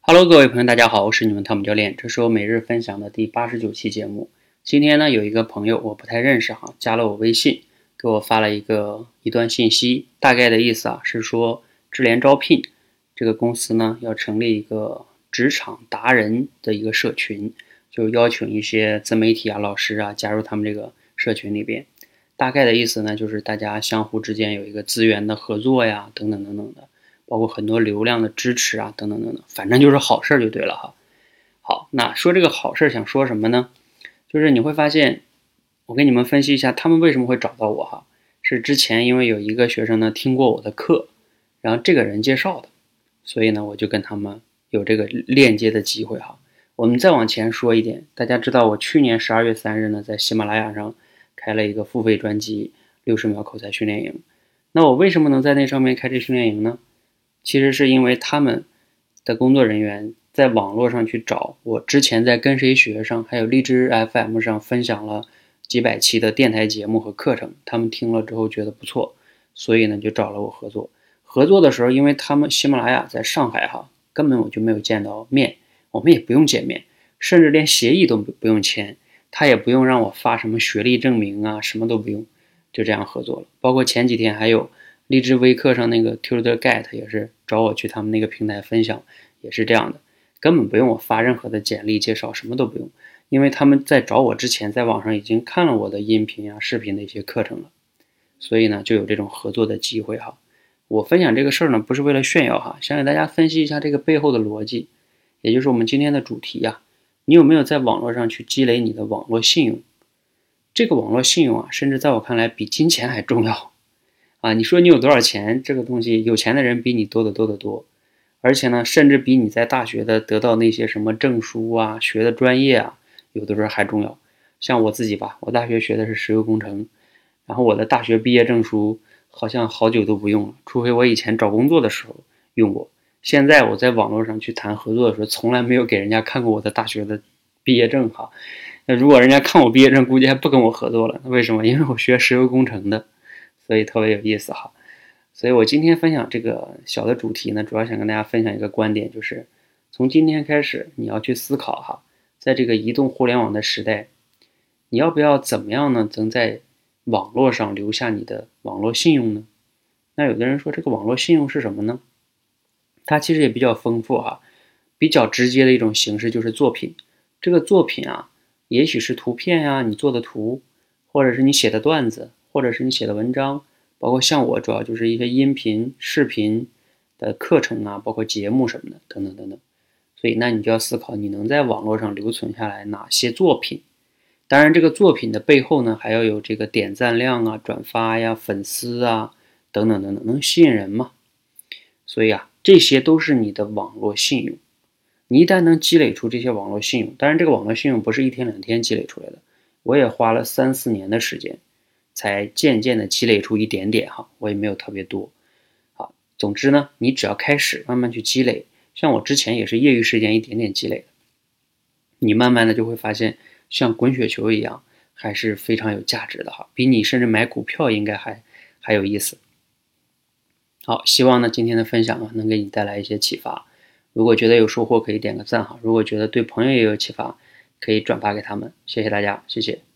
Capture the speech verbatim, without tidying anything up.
Hello，各位朋友，大家好，我是你们汤姆教练，这是我每日分享的第八十九期节目。今天呢，有一个朋友我不太认识哈，加了我微信，给我发了一个一段信息，大概的意思啊是说，智联招聘这个公司呢要成立一个职场达人的一个社群，就邀请一些自媒体啊、老师啊加入他们这个社群里边。大概的意思呢，就是大家相互之间有一个资源的合作呀，等等等等的。包括很多流量的支持啊，等等等等，反正就是好事就对了哈。好，那说这个好事想说什么呢？就是你会发现，我给你们分析一下他们为什么会找到我哈。是之前因为有一个学生呢听过我的课，然后这个人介绍的，所以呢我就跟他们有这个链接的机会哈。我们再往前说一点，大家知道我去年十二月三日呢在喜马拉雅上开了一个付费专辑六十秒口才训练营。那我为什么能在那上面开这训练营呢？其实是因为他们的工作人员在网络上去找我之前在跟谁学上还有荔枝 F M 上分享了几百期的电台节目和课程，他们听了之后觉得不错，所以呢就找了我合作。合作的时候因为他们喜马拉雅在上海哈，根本我就没有见到面，我们也不用见面，甚至连协议都不用签，他也不用让我发什么学历证明啊，什么都不用，就这样合作了。包括前几天还有荔枝微课上那个 Tutor Get 也是找我去他们那个平台分享，也是这样的，根本不用我发任何的简历介绍，什么都不用，因为他们在找我之前在网上已经看了我的音频啊视频的一些课程了，所以呢就有这种合作的机会哈。我分享这个事儿呢不是为了炫耀哈，想给大家分析一下这个背后的逻辑，也就是我们今天的主题呀、啊，你有没有在网络上去积累你的网络信用？这个网络信用啊，甚至在我看来比金钱还重要啊！你说你有多少钱，这个东西有钱的人比你多得多得多，而且呢，甚至比你在大学的得到那些什么证书啊、学的专业啊，有的时候还重要。像我自己吧，我大学学的是石油工程，然后我的大学毕业证书好像好久都不用了，除非我以前找工作的时候用过。现在我在网络上去谈合作的时候，从来没有给人家看过我的大学的毕业证哈。那如果人家看我毕业证，估计还不跟我合作了。为什么？因为我学石油工程的。所以特别有意思哈，所以我今天分享这个小的主题呢，主要想跟大家分享一个观点，就是从今天开始你要去思考哈，在这个移动互联网的时代，你要不要怎么样呢？能在网络上留下你的网络信用呢？那有的人说这个网络信用是什么呢？它其实也比较丰富哈，比较直接的一种形式就是作品。这个作品啊，也许是图片呀、啊，你做的图，或者是你写的段子。或者是你写的文章，包括像我主要就是一些音频、视频的课程啊，包括节目什么的，等等等等。所以那你就要思考，你能在网络上留存下来哪些作品？当然，这个作品的背后呢，还要有这个点赞量啊、转发呀、粉丝啊等等等等，能吸引人吗？所以啊，这些都是你的网络信用。你一旦能积累出这些网络信用，当然这个网络信用不是一天两天积累出来的，我也花了三四年的时间。才渐渐的积累出一点点哈，我也没有特别多。好，总之呢，你只要开始慢慢去积累，像我之前也是业余时间一点点积累的，你慢慢的就会发现，像滚雪球一样，还是非常有价值的哈，比你甚至买股票应该还还有意思。好，希望呢今天的分享啊能给你带来一些启发。如果觉得有收获，可以点个赞哈；如果觉得对朋友也有启发，可以转发给他们。谢谢大家，谢谢。